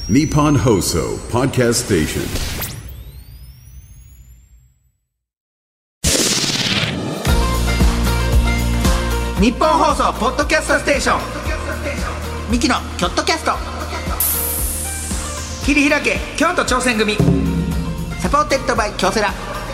Nippon Hoso Podcast Station。 日本放送ポッドキャストステーションミキのキョットキャスト。切り開け京都挑戦組サポーテッドバイ京セラ。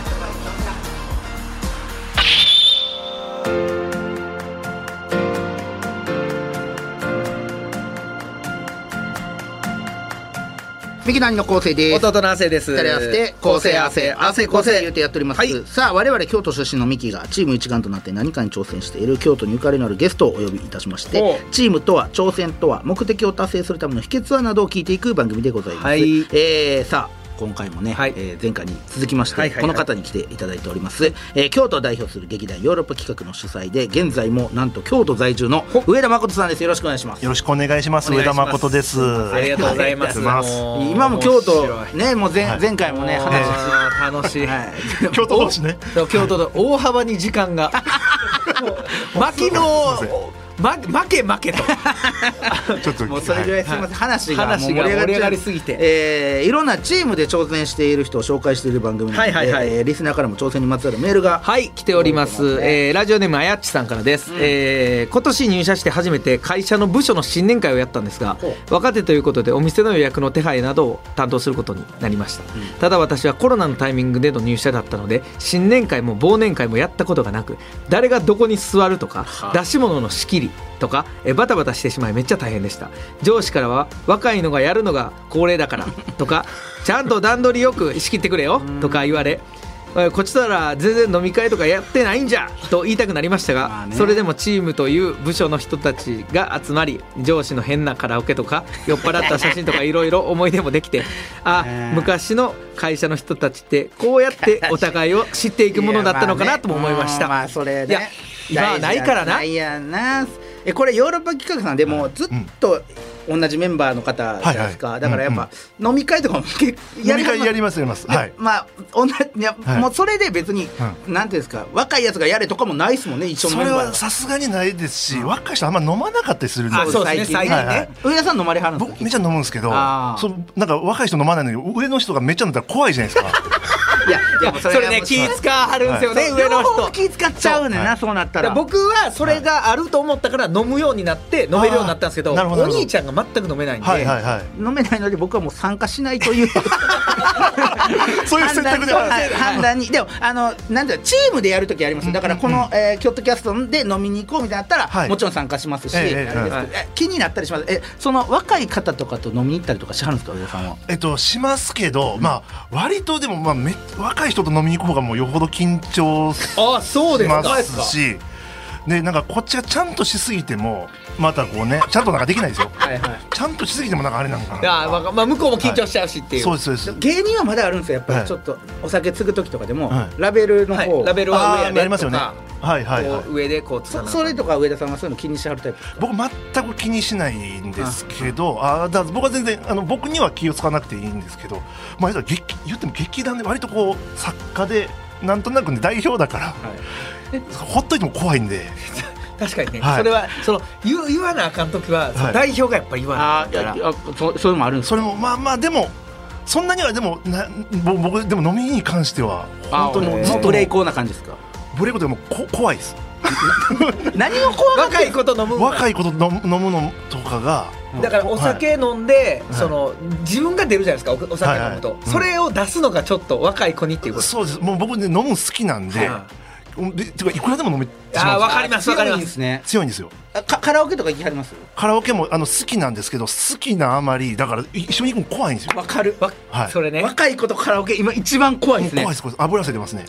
ミキの兄の構成です。 弟の亜生です。 二人合わせて構成合わせ合わせ構成言うてやっております、はい、さあ我々京都出身のミキがチーム一丸となって何かに挑戦している京都にゆかりのあるゲストをお呼びいたしまして、チームとは挑戦とは目的を達成するための秘訣はなどを聞いていく番組でございます、はい。さあ今回もね、はい、前回に続きまして、この方に来ていただいております、京都を代表する劇団ヨーロッパ企画の主催で現在もなんと京都在住の上田誠さんです。よろしくお願いします。 よろしくお願いします。上田誠です。 ありがとうございます。 今も京都ね、もう前回もね、 楽しい、 京都同士ね。 京都と大幅に時間が牧野負けとちょっともうそれぐらいすみません、話が盛り上がりすぎて、いろんなチームで挑戦している人を紹介している番組なので、リスナーからも挑戦にまつわるメールが来ております、ラジオネームあやっちさんからです、今年入社して初めて会社の部署の新年会をやったんですが、若手ということでお店の予約の手配などを担当することになりました、ただ私はコロナのタイミングでの入社だったので新年会も忘年会もやったことがなく、誰がどこに座るとか出し物の仕切りとかバタバタしてしまいめっちゃ大変でした。上司からは若いのがやるのが恒例だからとかちゃんと段取りよく仕切ってくれよとか言われ、こっちとら全然飲み会とかやってないんじゃと言いたくなりましたが、それでもチームという部署の人たちが集まり、上司の変なカラオケとか酔っ払った写真とかいろいろ思い出もできて昔の会社の人たちってこうやってお互いを知っていくものだったのかなとも思いました。 それね、 いや今はないからな。 これヨーロッパ企画さんでもずっと同じメンバーの方じゃないですか、だからやっぱ飲み会とかもやります、はい、 まあもうそれで別になんていうんですか、若いやつがやれとかもないですもんね。一緒のメンバーそれはさすがにないですし、若い人あんま飲まなかったりするんですよ。最近ね。上田さん飲まれはるんですか？ 僕めっちゃ飲むんですけど、なんか若い人飲まないのに上の人がめっちゃ飲んだら怖いじゃないですか。 いやそれね、気使わはるんですよね、上の人気使っちゃうねんな。そうなったら僕はそれがあると思ったから飲むようになって飲めるようになったんですけど、お兄ちゃんが全く飲めないんで、 飲めないので僕はもう参加しないというそういう選択で判断に。でもなんていうチームでやるときあります。だからこのキョットキャストで飲みに行こうみたいになったらもちろん参加しますし、気になったりします。その若い方とかと飲みに行ったりとかしはるんですか、上田さんは？ しますけど、割とでも若い人と飲みに行く方がもうよほど緊張しますし、でなんかこっちがちゃんとしすぎてもまたこうね、ちゃんとなんかできないですよ。ちゃんとしすぎてもなんかあれなのかな。 向こうも緊張しちゃうしっていう。 そうです芸人はまだあるんですよ。やっぱりちょっとお酒継ぐ時とかでもラベルの方、 ラベルは上やでとか、上でこうそれとか上田さんはそういうの気にしはるタイプですか？ 僕全く気にしないんですけど、僕は全然僕には気をつかなくていいんですけど、言っても劇団で割とこう作家でなんとなくね代表だから、ほっといても怖いんで。 確かにね、それは言わなあかんときは代表がやっぱ言わないから、 そういうのもあるんです。 それもでもそんなには僕でも飲みに関しては本当にずっとブレイコーな感じですか？ ブレイコーでも怖いです。 何を怖がって若い子と飲むのとかが、 だからお酒飲んで、自分が出るじゃないですか、お酒飲むと、それを出すのがちょっと若い子にっていうこと。 そうです。もう僕ね飲む好きなんで、てかいくらでも飲めちゃう。 わかります強いんですね。 強いんですよ。 カラオケとか行きはります？ カラオケも好きなんですけど、好きなあまりだから一緒に行くの怖いんですよ。 わかる。 それね、 若い子とカラオケ今一番怖いですね。 怖いです。油汗出ますね。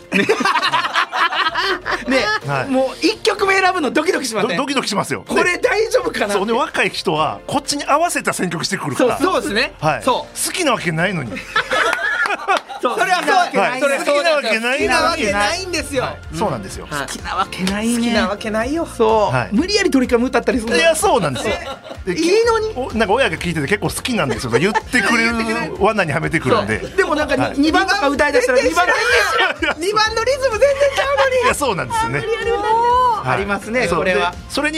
もう1曲目選ぶのドキドキしますね。 ドキドキしますよ。 これ大丈夫かな。 そうね、若い人はこっちに合わせた選曲してくるから。 そうですね。 好きなわけないのに。 それは好きなわけない。 好きなわけないんですよ。 そうなんですよ。 好きなわけないね。 好きなわけないよ。 無理やり取り組む歌ったりする。 いやそうなんですよ。 いいのになんか親が聞いてて結構好きなんですよ。言ってくれる罠にはめてくるんで。 でもなんか2番とか歌い出したら2番のリズム全然ちゃうのに。 いやそうなんですよね。 ありますね。これはそれに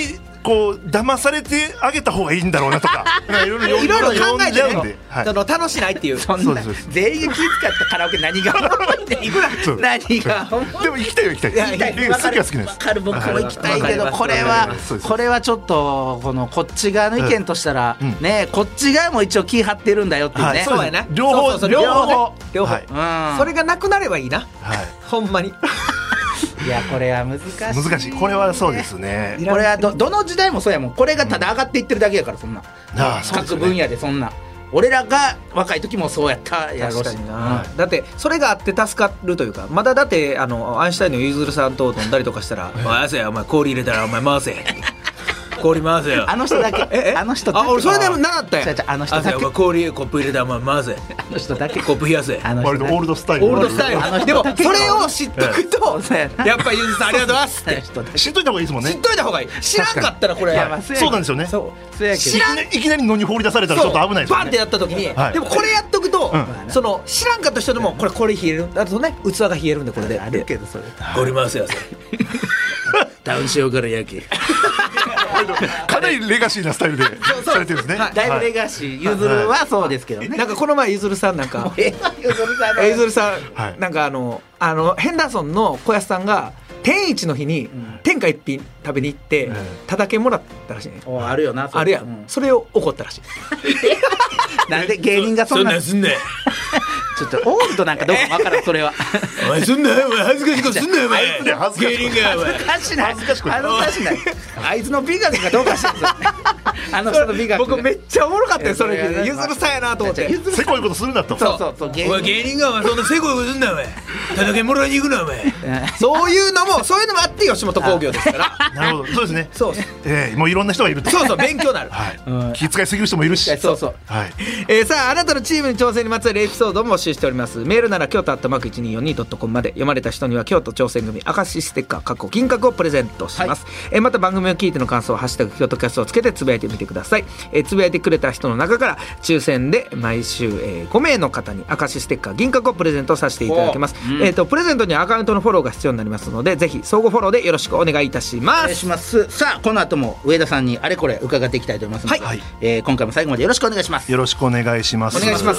こう騙されてあげた方がいいんだろうなとかいろいろ考えてね、 はい、 楽しないっていうそんな全員が気遣ったカラオケ何がいくら何がでも行きたいよ行きたい好きは好きです分かる僕も行きたいけどこれはちょっとこっち側の意見としたらねこっち側も一応気張ってるんだよっていうねそうやね両方それがなくなればいいなほんまにいやこれは難しいこれはそうですねこれはどの時代もそうやもんこれがただ上がっていってるだけやからそんな各分野でそんな俺らが若い時もそうやったやろうしな、だってそれがあって助かるというかまだだってアインシュタインのゆずるさんと飲んだりとかしたら「おい汗やお前氷入れたらお前回せ」氷回せよあの人だけ俺それでもなかったやんあの人だけ氷コップ入れたらお前回せあの人だけコップ冷やせ割とオールドスタイルでもそれを知っとくとやっぱゆずさんありがとうございますって知っといた方がいいですもんね知っといた方がいい知らんかったらこれそうなんですよねいきなり野に放り出されたらちょっと危ないですよねバンってやった時にでもこれやっとくとその知らんかった人でもこれ冷えるあとね器が冷えるんでこれであるけどそれ氷回せよダウンしようから焼けかなりレガシーなスタイルでされてるんですねだいぶレガシーゆずるはそうですけどねなんかこの前ゆずるさんなんかゆずるさんなんかヘンダーソンの小安さんが天一の日に天下一品食べに行ってただけもらったらしいねあるよなあるやんそれを怒ったらしいなんで芸人がそんなすんねちょっとオールドなんかどうか分からんそれはお前すんなよお前恥ずかしいことすんなよお前芸人がお前恥ずかしないあいつの美学がどうかしてるあの人の美学僕めっちゃおもろかったよそれでゆずるさんやなと思ってせこいことするなとそう芸人がお前そんなせこいことすんなよお前ただけもらいに行くなお前そういうのもあって吉本興業ですからなるほどそうですねそうもういろんな人がいるとそう勉強になる気遣いすぎる人もいるしそうさああなたのチームに挑戦にまつわるエピソードも募集しております。メールなら京都@1242.com まで読まれた人には京都挑戦組明石ステッカー金額をプレゼントします、また番組を聞いての感想をハッシュタグ京都キャストをつけてつぶやいてみてください。つぶやいてくれた人の中から抽選で毎週、5名の方に明石ステッカー銀閣をプレゼントさせていただきます、プレゼントにはアカウントのフォローが必要になりますのでぜひ相互フォローでよろしくお願いいたします。 お願いします。さあこの後も上田さんにあれこれ伺っていきたいと思いますので、今回も最後までよろしくお願いします。 よろしくお願いします。 お願いします。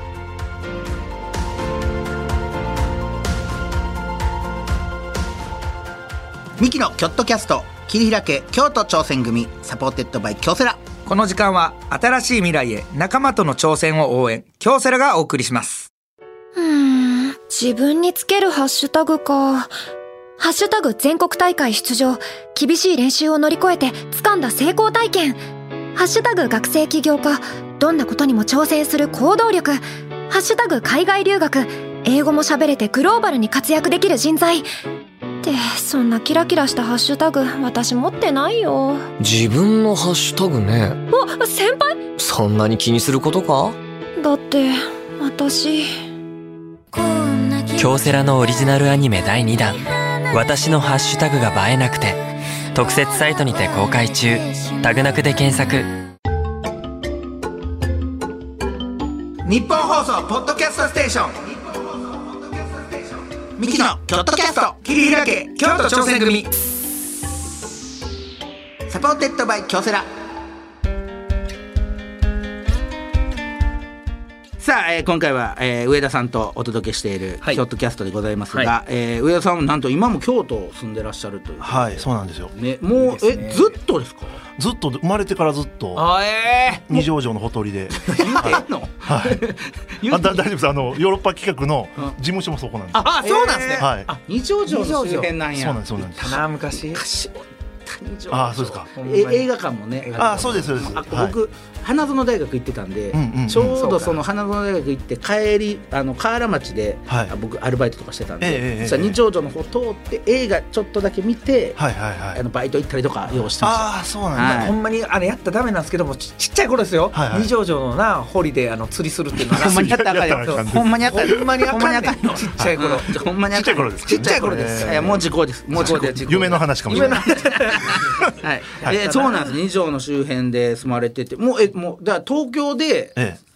ミキのキョットキャスト切り開け京都挑戦組サポーテッドバイ京セラ。 この時間は新しい未来へ仲間との挑戦を応援京セラがお送りします。 自分につけるハッシュタグか。ハッシュタグ全国大会出場、厳しい練習を乗り越えて掴んだ成功体験。ハッシュタグ学生起業家、どんなことにも挑戦する行動力。ハッシュタグ海外留学、英語も喋れてグローバルに活躍できる人材。ってそんなキラキラしたハッシュタグ私持ってないよ。 自分のハッシュタグね。 あ、先輩？ そんなに気にすることか？ だって私京セラのオリジナルアニメ第2弾私のハッシュタグが映えなくて特設サイトにて公開中。タグなくで検索。 日本放送ポッドキャストステーションミキのキョットキャスト切り開け京都挑戦組サポーテッドバイ京セラ。さあ、今回は、上田さんとお届けしているキョットキャストでございますが、上田さんはなんと今も京都住んでらっしゃるという。 はい、そうなんですよ、 ね、もうずっとですか？ ずっと生まれてからずっと二条城のほとりで言ってんの？ はい、大丈夫です。ヨーロッパ企画の事務所もそこなんです。 あ、そうなんですね。 はい、 二条城の周辺なんや。 そうなんです、そうなんです。 昔あ、そうですか。 映画館もね。 あ、そうです、そうです。 僕花園大学行ってたんで、ちょうどその花園大学行って帰り河原町で僕アルバイトとかしてたんで、そしたら二条城の方通って映画ちょっとだけ見て、バイト行ったりとか用意してました。 あ、そうなんだ。ほんまにやったらダメなんですけども、ちっちゃい頃ですよ。二条城のな堀で釣りするっていうのはほんまにやったらあかんよ。ほんまにやったら、ほんまにあかんよ。 ちっちゃい頃、 ほんまにあかん。 ちっちゃい頃です。 いや、もう時効です。もう時効で夢の話かもしれない。 はい、そうなんです。二条の周辺で住まれてて、もうだから東京で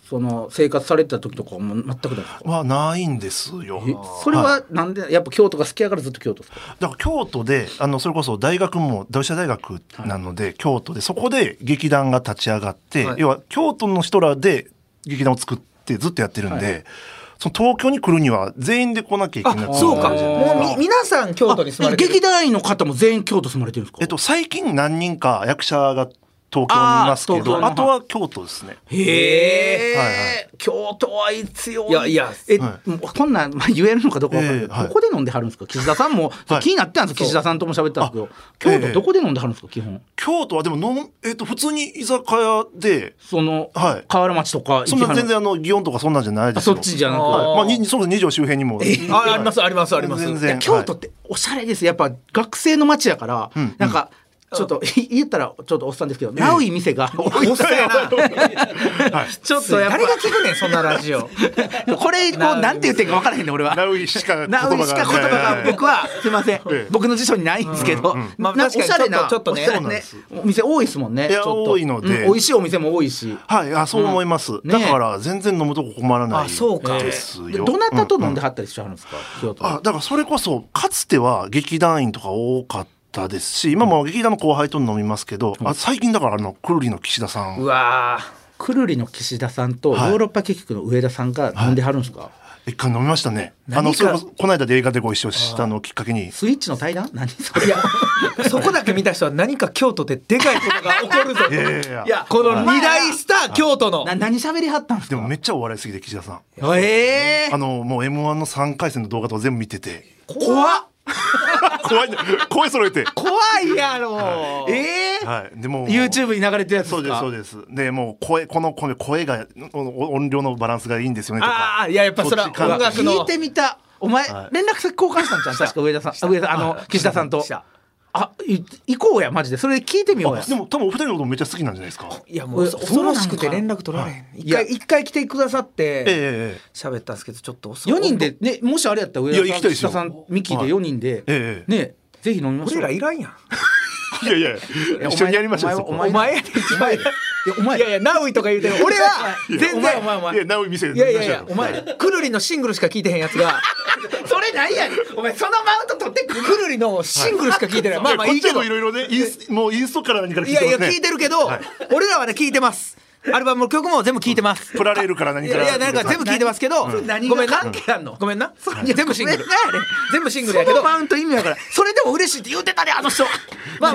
その生活されてた時とかも全くないですか？ はないんですよ。 それはなんで、やっぱ京都が好きやからずっと京都ですか？ だから京都でそれこそ大学も同志社大学なので、京都でそこで劇団が立ち上がって、要は京都の人らで劇団を作ってずっとやってるんで、その東京に来るには全員で来なきゃいけない。 そうか、もう皆さん京都に住まれてる。 劇団員の方も全員京都住まれてるんですか？ 最近何人か役者が東京にいますけど、あとは京都ですね。 へえ、京都は強い。いやこんなん言えるのかどうか分からないけど、どこで飲んではるんですか？岸田さんも気になってたんですよ。岸田さんとも喋ったんですけど、京都どこで飲んではるんですか？基本京都はでも普通に居酒屋で、 その河原町とか、 そんな全然祇園とかそんなんじゃないですよ。 そっちじゃなく、 そうです、二条周辺にもあります全然。 京都っておしゃれです。やっぱ学生の街やから、なんかちょっと言ったらちょっとおっさんですけど、ナウい店が多いっすよな。ちょっとやっぱ誰が聞くねんそんなラジオ。 これこうなんて言ってんか分からへんねん俺は。 ナウイしか言葉が僕はすいません、僕の辞書にないんですけど、おしゃれなちょっとねお店多いですもんね。ちょっと多いので、 美味しいお店も多いし。 そう思います。だから全然飲むとこ困らないですよ。 どなたと飲んではったりしてはるんですか？京都。 だからそれこそかつては劇団員とか多かったですし、今も劇団の後輩と飲みますけど、最近だからくるりの岸田さん。 うわくるりの岸田さんとヨーロッパ劇局の上田さんが飲んではるんですか？ 一回飲みましたね。それこそこの間で映画でご一緒したのをきっかけに。 スイッチの対談？何それ？ いやそこだけ見た人は何か京都ででかいことが起こるぞと。いやこの二大スター京都の何喋りはったんですか？ でもめっちゃお笑い好きで岸田さん。 もう M1 の3回戦の動画とか全部見てて。 怖っ。 声揃えて怖いやろ。 でも YouTube に流れてるやつですか？ そうですでもうこの声が音量のバランスがいいんですよねとか。 いややっぱそれは音楽の聞いてみた。お前連絡先交換したんじゃん確か上田さん岸田さんと。行こうやマジでそれ聞いてみようや。 でも多分お二人のことめっちゃ好きなんじゃないですか？ いやもう恐ろしくて連絡取られへん。一回来てくださって喋ったんですけど、ちょっと 4人でね、もしあれやったら上田さん岸田さんミキで4人でねぜひ飲みましょう。 俺らいらんやん。 いや一緒にやりましょう。 お前やで一番いやナウイとか言うてる。俺は全然いやナウイ店で。 いやお前くるりのシングルしか聞いてへんやつがそれ何やねんお前そのマウント取ってくるりのシングルしか聞いてない。まあいいけどいろいろねもうインストから何から聞いてますね。いや聞いてるけど俺らはね聞いてます。アルバムの曲も全部聞いてます。 プラレールから何からいやなんか全部聞いてますけど、ごめんなごめんな。いや全部シングル全部シングルやけど、 そのマウント意味やからそれでも嬉しいって言うてたであの人。 まあ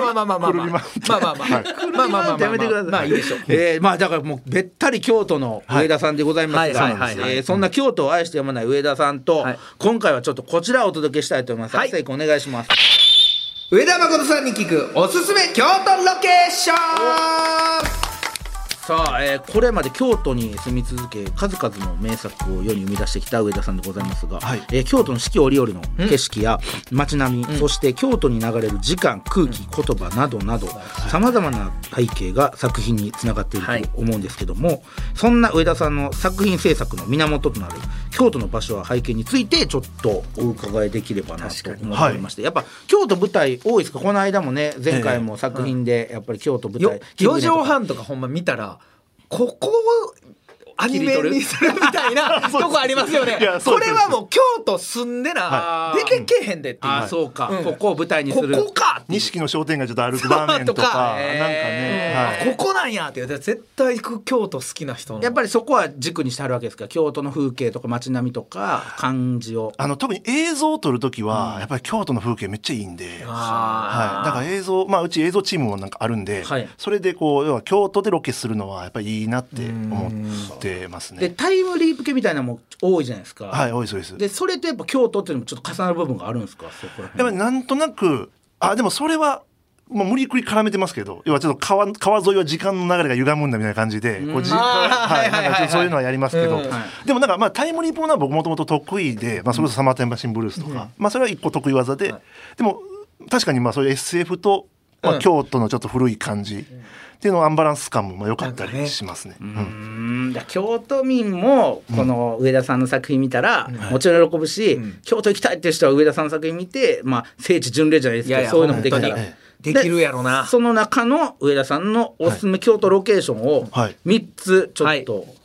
やめてください。 まあいいでしょう。まあだからもうべったり京都の上田さんでございますが、そんな京都を愛してやまない上田さんと今回はちょっとこちらをお届けしたいと思います。亜生君お願いします。 上田誠さんに聞くおすすめ京都ロケーション。 さあ、これまで京都に住み続け数々の名作を世に生み出してきた上田さんでございますが、京都の四季折々の景色や街並み、そして京都に流れる時間空気、言葉などなどさまざまな背景が作品につながっていると思うんですけども、そんな上田さんの作品制作の源となる京都の場所や背景についてちょっとお伺いできればなと思っておりまして、やっぱ京都舞台多いですか？この間もね前回も作品でやっぱり京都舞台 4畳半とかほんま見たらここアニメにするみたいなとこありますよね。これはもう京都住んでな出てけへんでっていう。 そうか、ここを舞台にするここか錦の商店街ちょっと歩く場面とかなんかねここなんやって言うて絶対行く京都好きな人のやっぱりそこは軸にしてあるわけですか？京都の風景とか街並みとか感じを特に映像を撮るときはやっぱり京都の風景めっちゃいいんで、だから映像うち映像チームもなんかあるんで、それでこう要は京都でロケするのはやっぱりいいなって思ってますね。 でタイムリープ系みたいなのも多いじゃないですか。 多いそうです。 でそれとやっぱ京都っていうのもちょっと重なる部分があるんですか？そこら辺やっぱりなんとなくでもそれはもう無理くり絡めてますけど、要はちょっと川沿いは時間の流れが歪むんだみたいな感じでこうそういうのはやりますけど、でもなんかタイムリープのは僕もともと得意で、それこそサマータイムマシンブルースとか、それは一個得意技で、でも確かにそういう SF と、京都のちょっと古い感じっていうのアンバランス感も良かったりしますね。 京都民もこの上田さんの作品見たらもちろん喜ぶし、京都行きたいっていう人は上田さんの作品見て、聖地巡礼じゃないですけどそういうのもできたらできるやろな。 その中の上田さんのおすすめ京都ロケーションを3つちょっと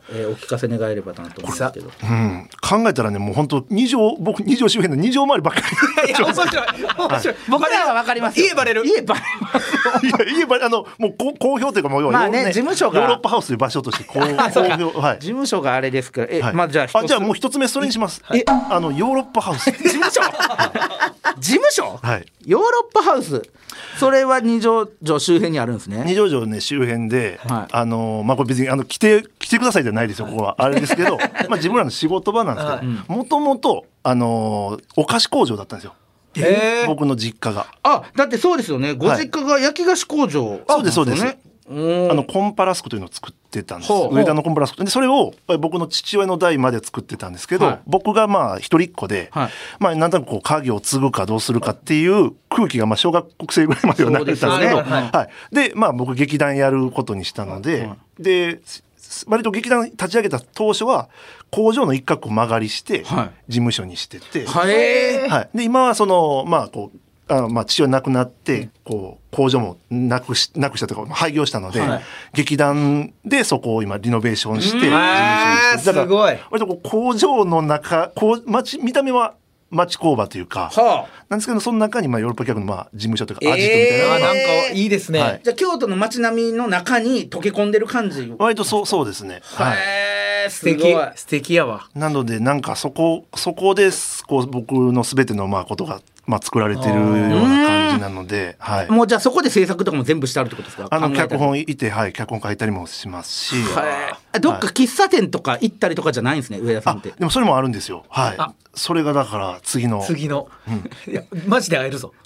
お聞かせ願えればなと思うんですけど、 考えたらねもう本当僕二条周辺の二条回りばっかり。 いや面白い。 僕らは分かりますよ。 家バレる。 家バレます。 いや家バレもう公表というかもうまあね事務所がヨーロッパハウスという場所として公表、はい、 事務所があれですからまあじゃあもう一つ目それにします。ヨーロッパハウス事務所事務所、 はい、 ヨーロッパハウスそれは二条城周辺にあるんですね。 二条城ね周辺で、まあこれ別に来てくださいじゃないですよここはあれですけどまあ自分らの仕事場なんですけどもともとお菓子工場だったんですよ。僕の実家がだってそうですよねご実家が焼き菓子工場、 そうですそうです。コンパラスクというのを作ってたんです。上田のコンパラスクでそれを僕の父親の代まで作ってたんですけど、僕がまあ一人っ子で、まあなんとなくこう家業を継ぐかどうするかっていう空気がまあ小学生ぐらいまではなってたんですけど、でまあ僕劇団やることにしたので、で割と劇団立ち上げた当初は工場の一角を間借りして事務所にしてて、で今はそのまあこう父親亡くなってこう工場もなくしたというか廃業したので、劇団でそこを今リノベーションして事務所にして、だから割とこう工場の中見た目は町工場というか、なんですけどその中にヨーロッパ客の事務所というかアジトみたいなのがなんかいいですね。 じゃあ京都の街並みの中に溶け込んでる感じ。 割とそうですね。 素敵やわ。 なのでなんかそこでこう僕のすべてのことが作られてるような感じなので、 もうじゃあそこで制作とかも全部してあるってことですか。 脚本いて、脚本書いたりもしますし、 どっか喫茶店とか行ったりとかじゃないんですね上田さんって。 でもそれもあるんですよ。それがだから次のいやマジで会えるぞ。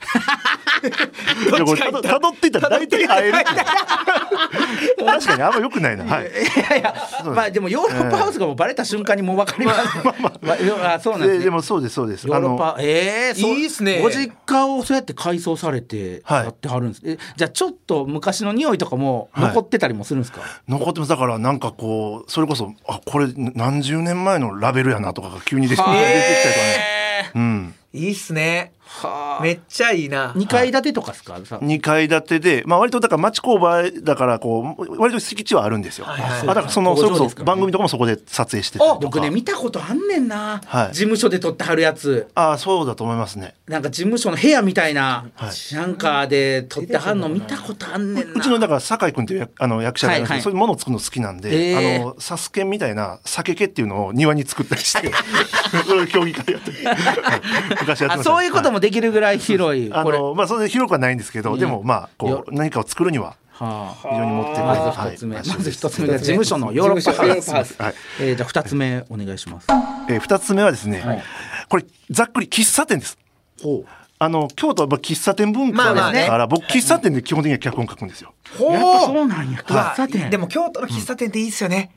たどっていったら大体会える。確かにあんま良くないな。 まあでもヨーロッパハウスがもうバレた瞬間にもう分かります。そうなんですね。 でもそうです。ヨーロッパいいですね。ご実家をそうやって改装されてやってはるんです。じゃあちょっと昔の匂いとかも残ってたりもするんですか。 残ってます。だからなんかこうそれこそこれ何十年前のラベルやなとかが急に出てきたりとかね。 いいっすね。めっちゃいいな。 2階建てとかですか。 2階建てで、割とだから町工場だからこう割と敷地はあるんですよ。だからそれこそ番組とかもそこで撮影してたりとか。 僕ね見たことあんねんな。事務所で撮ってはるやつ。 そうだと思いますね。 なんか事務所の部屋みたいななんかで撮ってはんの見たことあんねんな。 うちのだから酒井君っていう役者がいるんですけど、そういうものを作るの好きなんで、サスケンみたいな酒家っていうのを庭に作ったりしてそれを競技会やって昔やってました。 そういうこともできるぐらい広い。 それで広くはないんですけど、でもこう何かを作るには非常に持ってくる。 まず一つ目が事務所のヨーロッパハウス。じゃあ2つ目お願いします。 2つ目はですね、これざっくり喫茶店です。京都は喫茶店文化ですから、僕喫茶店で基本的には脚本書くんですよ。 やっぱそうなんや。喫茶店。 でも京都の喫茶店っていいですよね。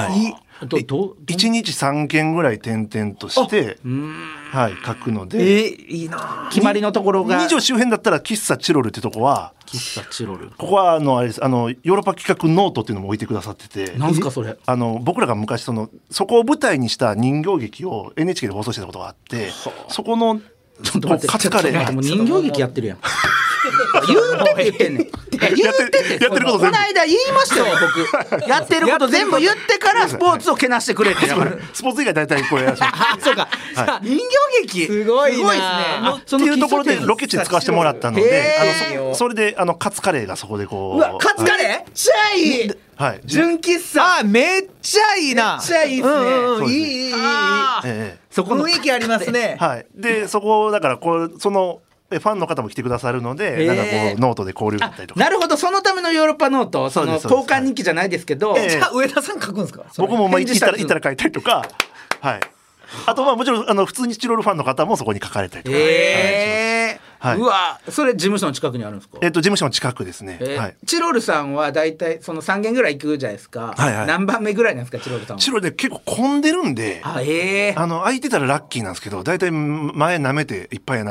1日3軒ぐらい転々として書くので、 いいな。 決まりのところが二条周辺だったら喫茶チロルってとこは、ここはあれです、ヨーロッパ企画ノートっていうのも置いてくださってて。 なんすかそれ。 僕らが昔そこを舞台にした人形劇を NHK で放送してたことがあって、そこのちょっと待って、 カツカレー、 もう人形劇やってるやん。言ってんねん。やってること全部。 この間言いましたよ僕。やってること全部言ってからスポーツをけなしてくれって。 スポーツ以外大体これやし。 そうか。人形劇すごいですね。 っていうところでロケ地使わせてもらったので、それでカツカレーがそこでこう。 カツカレー？めっちゃいい。純喫茶。 めっちゃいいな。 めっちゃいいですね。いい。 そこの雰囲気ありますね。 でそこだからそのファンの方も来てくださるので、なんかこうノートで交流だったりとか。 なるほど、そのためのヨーロッパノート、その交換日記じゃないですけど、 じゃあ上田さん書くんですか。 僕も行ったら書いたりとか、あともちろん普通にチロルファンの方もそこに書かれたりとか。 うわ、それ事務所の近くにあるんですか。 事務所の近くですね。 チロルさんはだいたいその3軒ぐらい行くじゃないですか。何番目ぐらいなんですかチロルさんは。 チロルで結構混んでるんで、空いてたらラッキーなんですけど、だいたい前舐めていっぱいやなで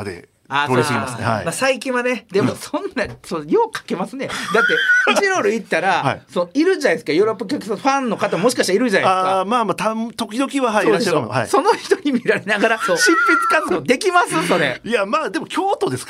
通り過ぎますね。はい。 最近はね、でもそんなようかけますね。だってチロル行ったら、いるじゃないですか、ヨーロッパ客ファンの方もしかしたらいるじゃないですか。 まあ時々はいらっしゃるかも。 その人に見られながら執筆活動できますそれ。 いやまあでも京都ですから、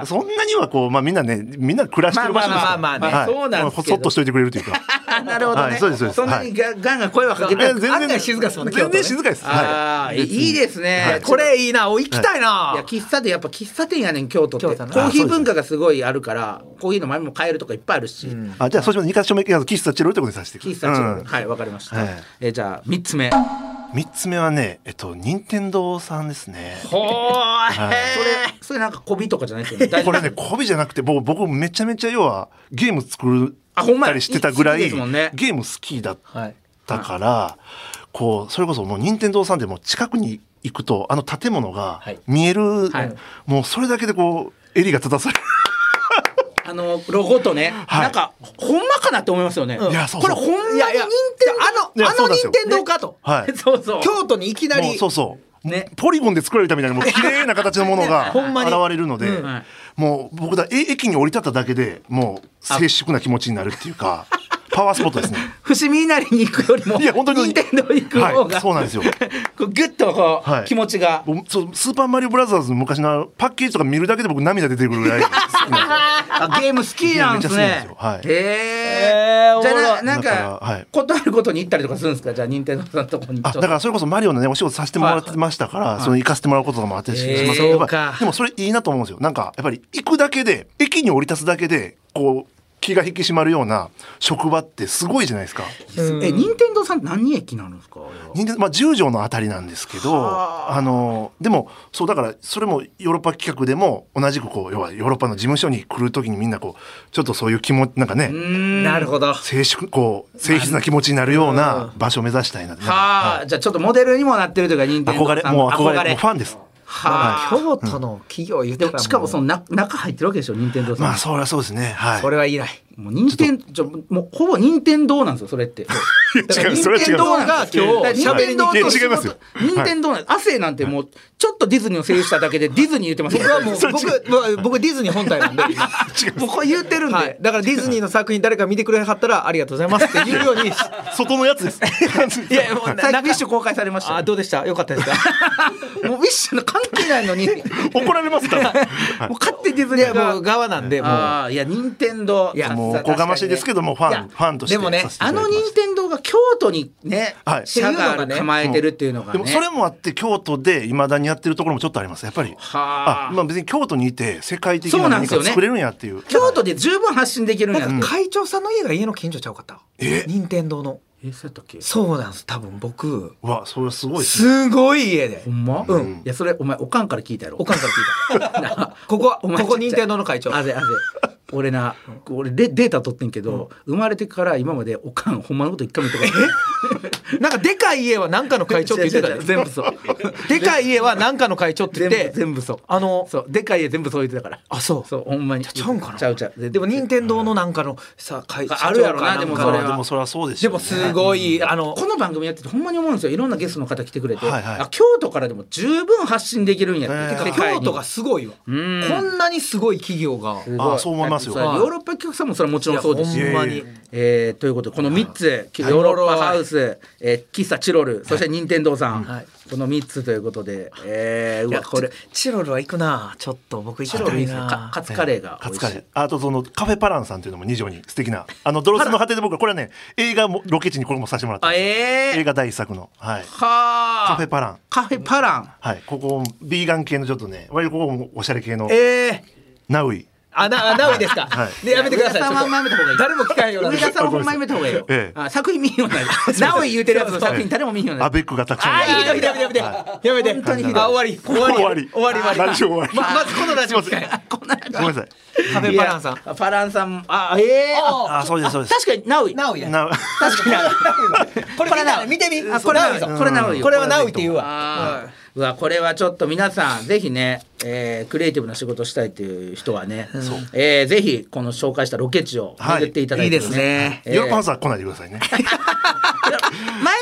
そんなにはこうみんな暮らしてる場所ですから。 まあそうなんですけど。 そっとしといてくれるというか。 なるほどね。 そうです。 そんなにガンガン声はかけて全然静かですもんね。 全然静かです。 いいですね。これいいな。行きたいな。 いや喫茶店やっぱ喫茶店やねん京都って。コーヒー文化がすごいあるからコーヒーの豆も買えるとかいっぱいあるし。 じゃあそうします。2か所目喫茶チロルということにさせてください。 喫茶チロル。はいわかりました。じゃあ3つ目。 3つ目はね任天堂さんですね。 それなんかこびとかじゃないですよね。 これねこびじゃなくて僕めちゃめちゃ要はゲーム作ったりしてたぐらいゲーム好きだったからこうそれこそもう任天堂さんでも近くに行くと建物が見える、もうそれだけでこう襟が正されるロゴとね、なんかほんまかなって思いますよね。これほんまに任天堂かと。京都にいきなりポリゴンで作られたみたいなもう綺麗な形のものが現れるので、もう僕駅に降り立っただけでもう静粛な気持ちになるっていうか。パワースポットですね。 伏見稲荷に行くよりも任天堂行く方がそうなんですよ。 グッとこう気持ちがスーパーマリオブラザーズの昔のパッケージとか見るだけで僕涙出てくるぐらいゲーム好きなんですね。じゃあなんかことあることに行ったりとかするんですか。じゃあ任天堂さんのとこに。 だからそれこそマリオのねお仕事させてもらってましたからその行かせてもらうこととかもあったりしますけど、でもそれいいなと思うんですよ。なんかやっぱり行くだけで駅に降り立つだけでこう気が引き締まるような職場ってすごいじゃないですか。 任天堂さん何駅なんですか。 十条のあたりなんですけど、でもそうだからそれもヨーロッパ企画でも同じくこう要はヨーロッパの事務所に来るときにみんなこうちょっとそういう気持ちなんかね、 なるほど静筆な気持ちになるような場所を目指したいな。 じゃあちょっとモデルにもなってるというか任天堂さんもう憧れもうファンです。 京都の企業言ってたらしかもその中入ってるわけでしょ任天堂さん。 それはそうですね。 それはいいない。 もうほぼ任天堂なんですよそれって。 それは違う。任天堂が今日喋りに違いますよ。任天堂なん亜生なんてもうちょっとディズニーを制しただけでディズニー言ってます。 僕ディズニー本体なんでもうこれ言ってるんで、 だからディズニーの作品誰か見てくれはったらありがとうございますって言うように外のやつです。 いやもう最近ウィッシュ公開されました。 どうでした。よかったですか。 もうウィッシュの関係ないのに怒られますから。 もう勝手にディズニーが側なんでもういや任天堂もうおこがましいですけどもファンとしてでもね任天堂が京都にね社が構えてるっていうのがね。 でもそれもあって京都でいまだにやってるところもちょっとありますやっぱり。別に京都にいて世界的な何か作れるんやっていう。 京都で十分発信できるんや。 会長さんの家が家の近所ちゃうかった。任天堂の。 そうやったっけ。 そうなんです。多分僕それすごいすごい家で。 ほんま。いやそれお前おかんから聞いたやろ。 おかんから聞いた。ここ任天堂の会長。 俺データ取ってんけど、生まれてから今までおかんほんまのこと一回も言ってない。 なんかでかい家はなんかの会長って言ってた。 全部そう。 でかい家はなんかの会長って言って全部そう。そうでかい家全部そう言ってたから。 そうほんまに。 ちゃうんかな。 ちゃう。 でも任天堂のなんかのさ会長あるやろな。でもそれはそうです。 でもすごいこの番組やっててほんまに思うんですよ。いろんなゲストの方来てくれて京都からでも十分発信できるんやって。 京都がすごいわ。こんなにすごい企業が。 そう思いますよ。 ヨーロッパ企画さんもそれはもちろんそうですし、 ほんまにということでこの3つ、ヨーロッパハウス、喫茶チロル、そして任天堂さん、この3つということで、 これチロルは行くな。ちょっと僕行きたいな。 カツカレーが美味しい。 あとそのカフェパランさんというのも二条に素敵なドロスの果てで僕はこれはね映画もロケ地にこれもさせてもらったんです。映画第一作のカフェパラン。ここビーガン系のちょっとね割とここもおしゃれ系のナウイ。 ナウイですか。やめてください。誰も聞かへんような。 上田さんほんまやめた方がいいよ。作品見んようになる。ナウイ言うてるやつの作品誰も見んようになる。 アベックがたくさん。 やめて。本当にひどい。終わり。 ラジオ終わり。 まずこのラジオ使え。 ごめんなさい。 カフェパランさん。 パランさんそうですそうです。 確かにナウイ。 ナウイだ。 確かにナウイ。 これナウイ見てみ。 これナウイ。 これはナウイって言うわ。 これはちょっと皆さんぜひね、クリエイティブな仕事したいっていう人はね、ぜひこの紹介したロケ地を巡っていただいて、 いいですね。 ヨーロッパハウスは来ないでくださいね。 前通るだけ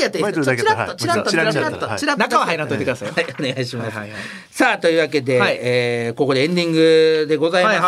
やったらいいですか？チラッと中は入らんといてください。 はい、お願いします。さあというわけで、ここでエンディングでございます。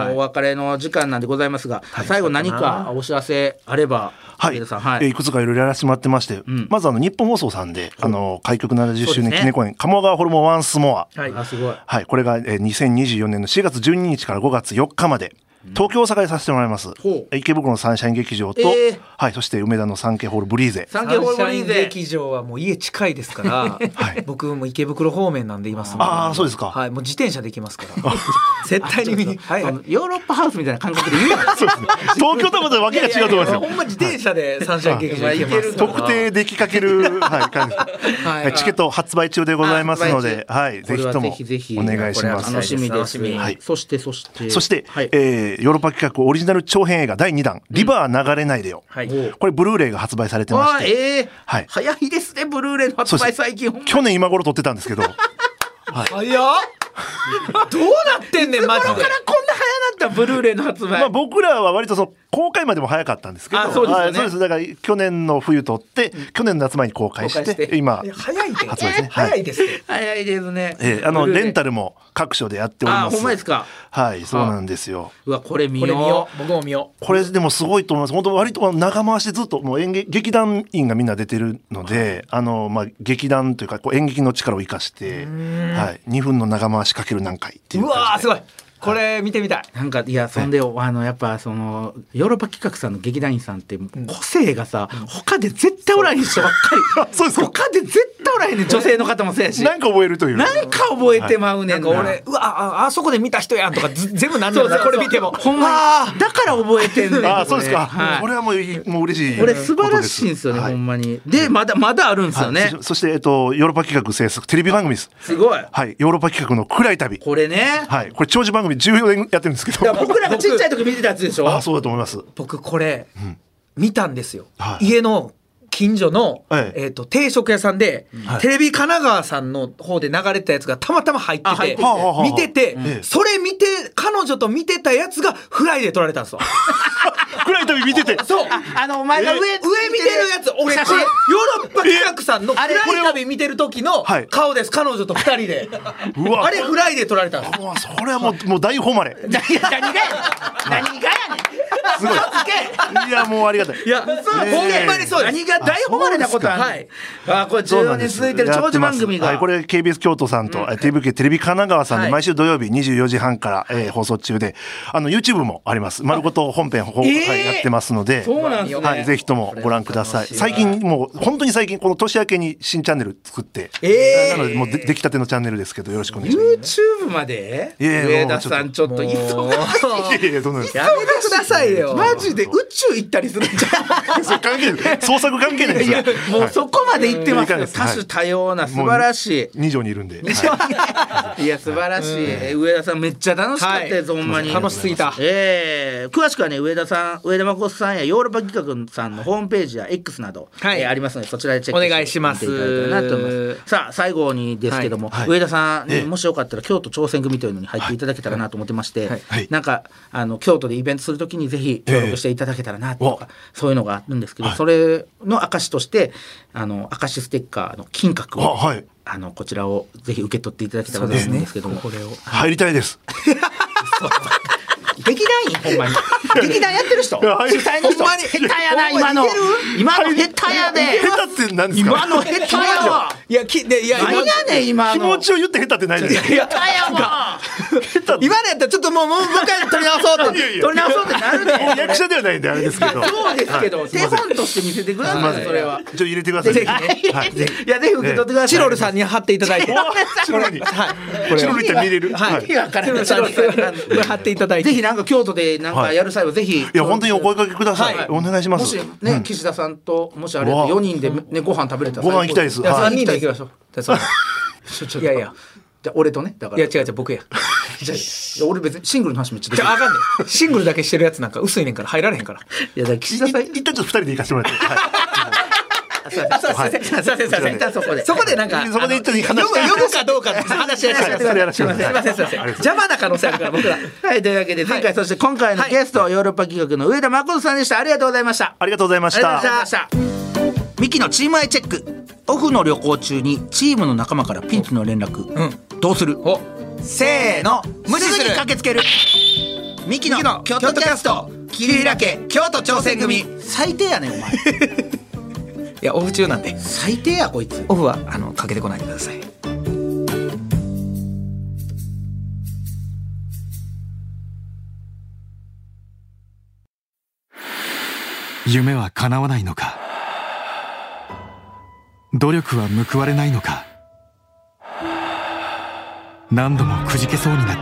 お別れの時間なんでございますが、最後何かお知らせあれば。 いくつかいろいろやらせてもらってまして、まず日本放送さんで開局70周年記念公演鴨川ホルモンワンスモア、 すごい、 これが2024年の4月12日から5月4日まで東京大阪でさせてもらいます。池袋のサンシャイン劇場と、そして梅田のサンケイホールブリーゼ。 サンシャイン劇場はもう家近いですから、僕も池袋方面なんで言いますので。そうですか。 はい、もう自転車で行きますから絶対に見にヨーロッパハウスみたいな感覚で言うな。 そうですね、東京とまたわけが違うと思いますよ。 ほんま自転車でサンシャイン劇場行けますから。 特定できかける感じ。チケット発売中でございますので、ぜひともお願いします。 楽しみです。そしてヨーロッパ企画オリジナル長編映画第2弾リバー流れないでよ、これブルーレイが発売されてまして、 早いですね、ブルーレイの発売最近。 去年今頃撮ってたんですけど早っどうなってんねんマジで。 いつ頃からこんな早なったブルーレイの発売。 僕らは割と公開までも早かったんですけど、 そうですよね。 そうです。だから去年の冬撮って去年の夏前に公開して今早い発売ですね。 早いですね。 早いですね。 レンタルも各所でやっております。 ほんまですか。 はい、そうなんですよ。 うわ、これ見よう。 僕も見よう。 これでもすごいと思います。本当割と長回しでずっともう劇団員がみんな出てるので、劇団というか演劇の力を生かして、2分の長回しかける何回っていう感じで。 うわーすごい。これ見てみたい。 なんかいやそんで、やっぱヨーロッパ企画さんの劇団員さんって個性がさ、他で絶対おらへん人ばっかり。 そうですか。 他で絶対おらへんねん。女性の方もそうやし。 なんか覚えるという。 なんか覚えてまうねん。 俺あそこで見た人やんとか全部なんだろうな。これ見てもほんまだから覚えてんねん。 そうですか。これはもう嬉しい。 これ素晴らしいんですよね、ほんまに。でまだあるんですよね。 そしてヨーロッパ企画制作テレビ番組です。 すごい。 はい、ヨーロッパ企画の暗い旅。これね。 はい、これ長寿番組14年やってるんですけど。 僕らがちっちゃい時見てたやつでしょ。 そうだと思います。 僕これ見たんですよ。家の近所の定食屋さんでテレビ神奈川さんの方で流れたやつがたまたま入ってて見てて、それ見て彼女と見てたやつがフライで撮られたんですよ。 暗い旅見てて。 そう。お前が上見てるやつ。俺これヨーロッパ企画さんの暗い旅見てる時の顔です。彼女と2人で。あれフライで撮られたんです。 それはもう大誉れ。 何がやねん。 すごい。いやもうありがたい。 いやほんまにそうです。 何が大誉れなことはない。これ14年続いてる長寿番組が。 これ KBS 京都さんと TVK テレビ神奈川さんで毎週土曜日24時半から放送中で、YouTube もあります。丸ごと本編やってますので、ぜひともご覧ください。最近もう本当に最近この年明けに新チャンネル作って、なのでもう出来たてのチャンネルですけどよろしくお願いします。 YouTube まで上田さんちょっと忙しい。 やめてくださいよ。 マジで宇宙行ったりするんじゃん。 関係ない。創作関係ないですよ。 もうそこまで行ってますよ。多種多様な素晴らしい。 2条にいるんで。 いや素晴らしい。上田さんめっちゃ楽しかったですほんまに。 楽しすぎた。 詳しくはね上田誠さんやヨーロッパ企画さんのホームページや X などありますのでそちらでチェックしてお願いします。 見ていただけたらなと思います。さあ最後にですけども上田さんもしよかったら京都挑戦組というのに入っていただけたらなと思ってまして、なんか京都でイベントするときにぜひ協力していただけたらなとかそういうのがあるんですけど、それの証として証ステッカーの金閣をこちらをぜひ受け取っていただけたらと思うんですけども、 これを入りたいです。 劇団員ほんまに劇団やってる人主催の人下手やな今の下手やで。 下手って何ですか。 今の下手やわ。 いや何やねん今の気持ちを言って下手ってないじゃないですか。 下手やわ。 今のやったらちょっともう一回取り直そうってなるね。 役者ではないんであれですけど。 そうですけど手本として見せてください。それは入れてください。 ぜひいやぜひ受け取ってください。 チロルさんに貼っていただいて。 チロルにって見れる。 チロルさんに貼っていただいて。 ぜひなんか京都でなんかやる際はぜひいや本当にお声掛けください。お願いします。 もしね岸田さんともしあれだと4人でねご飯食べれたらご飯行きたいです。 3人で行きましょう。いやじゃ俺とねだから。 いや違う僕や。 俺別にシングルの話めっちゃできる。 あかんねん。シングルだけしてるやつなんか薄いねんから入られへんから。 いやだから岸田さん一旦ちょっと2人で行かせてもらって。 すいませんそこでなんかそこで一旦話して読むかどうかって話し合いしてください。すいません邪魔な可能性あるから僕ら。 はいというわけで前回そして今回のゲストヨーロッパ企画の上田誠さんでした。ありがとうございました。 ありがとうございました。 ミキのチームアイチェック。オフの旅行中にチームの仲間からピンチの連絡、どうする？ せーの、無視する。 すぐに駆けつける。ミキの京都キャスト切り開け京都挑戦組。最低やねんお前。 いやオフ中なんで。 最低やこいつ。 オフはかけてこないでください。 夢は叶わないのか、努力は報われないのか、何度もくじけそうになった。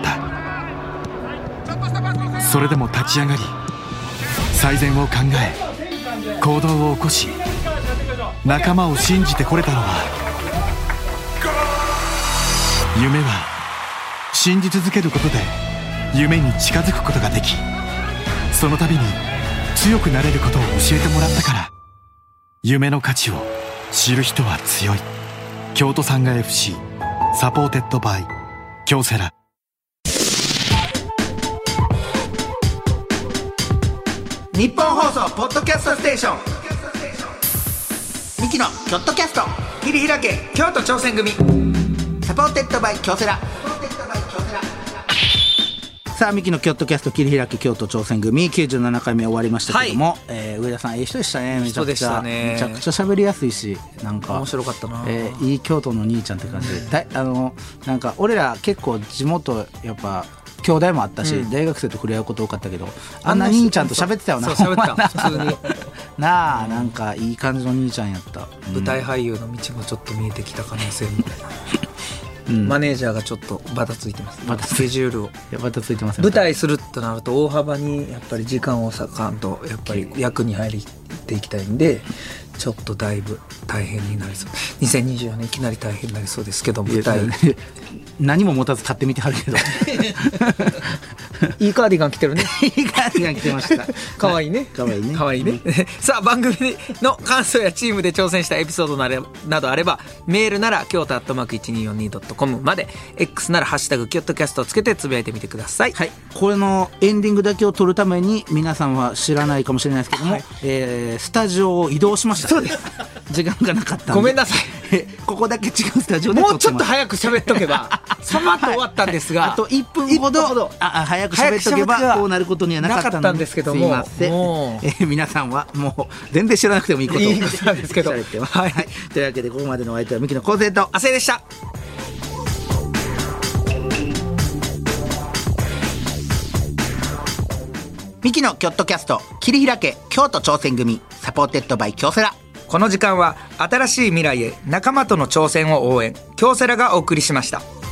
それでも立ち上がり、最善を考え行動を起こし、仲間を信じてこれたのは、夢は信じ続けることで夢に近づくことができ、その度に強くなれることを教えてもらったから。夢の価値を知る人は強い。京都サンガ FC サポーテッドバイ京セラ。 日本放送ポッドキャストステーション、ミキのキョットキャスト切り開け京都挑戦組、サポーテッドバイ京セラ。さあミキのキョットキャスト切り開け京都挑戦組97回目終わりましたけども、上田さん人でしたね。めちゃくちゃ喋りやすいし、なんか面白かったな。 いい京都の兄ちゃんって感じで、なんか俺ら結構地元やっぱ兄弟もあったし、大学生と触れ合うこと多かったけど、あんな兄ちゃんと喋ってたよな。 そう喋った普通になあ、なんかいい感じの兄ちゃんやった。 舞台俳優の道もちょっと見えてきた可能性もマネージャーがちょっとバタついてます。スケジュールをバタついてます。 舞台するとなると大幅にやっぱり時間を割かんとやっぱり役に入っていきたいんで、ちょっとだいぶ大変になりそう。2024年いきなり大変になりそうですけど、舞台何も持たず立ってみてはるけどいいカーディガン着てるね。 いいカーディガン着てました。 かわいいね。 かわいいね。 かわいいね。さあ番組の感想やチームで挑戦したエピソードなどあれば、メールなら京都@1242.com まで、 X ならハッシュタグキョットキャストをつけてつぶやいてみてください。 はい、これのエンディングだけを撮るために皆さんは知らないかもしれないですけども、スタジオを移動しました。 そうです。 時間がなかったんでごめんなさい。 ここだけ違うスタジオで撮ってます。 もうちょっと早く喋っとけばさまっと終わったんですが、 あと1分ほど早く喋っとけばこうなることにはなかったんですけども、すいません。皆さんはもう全然知らなくてもいいことをいいことなんですけど、はい、 というわけでここまでのお相手はミキの昴生と亜生でした。 ミキのキョットキャスト切り開け京都挑戦組、サポーテッドバイ京セラ。 この時間は新しい未来へ仲間との挑戦を応援、京セラがお送りしました。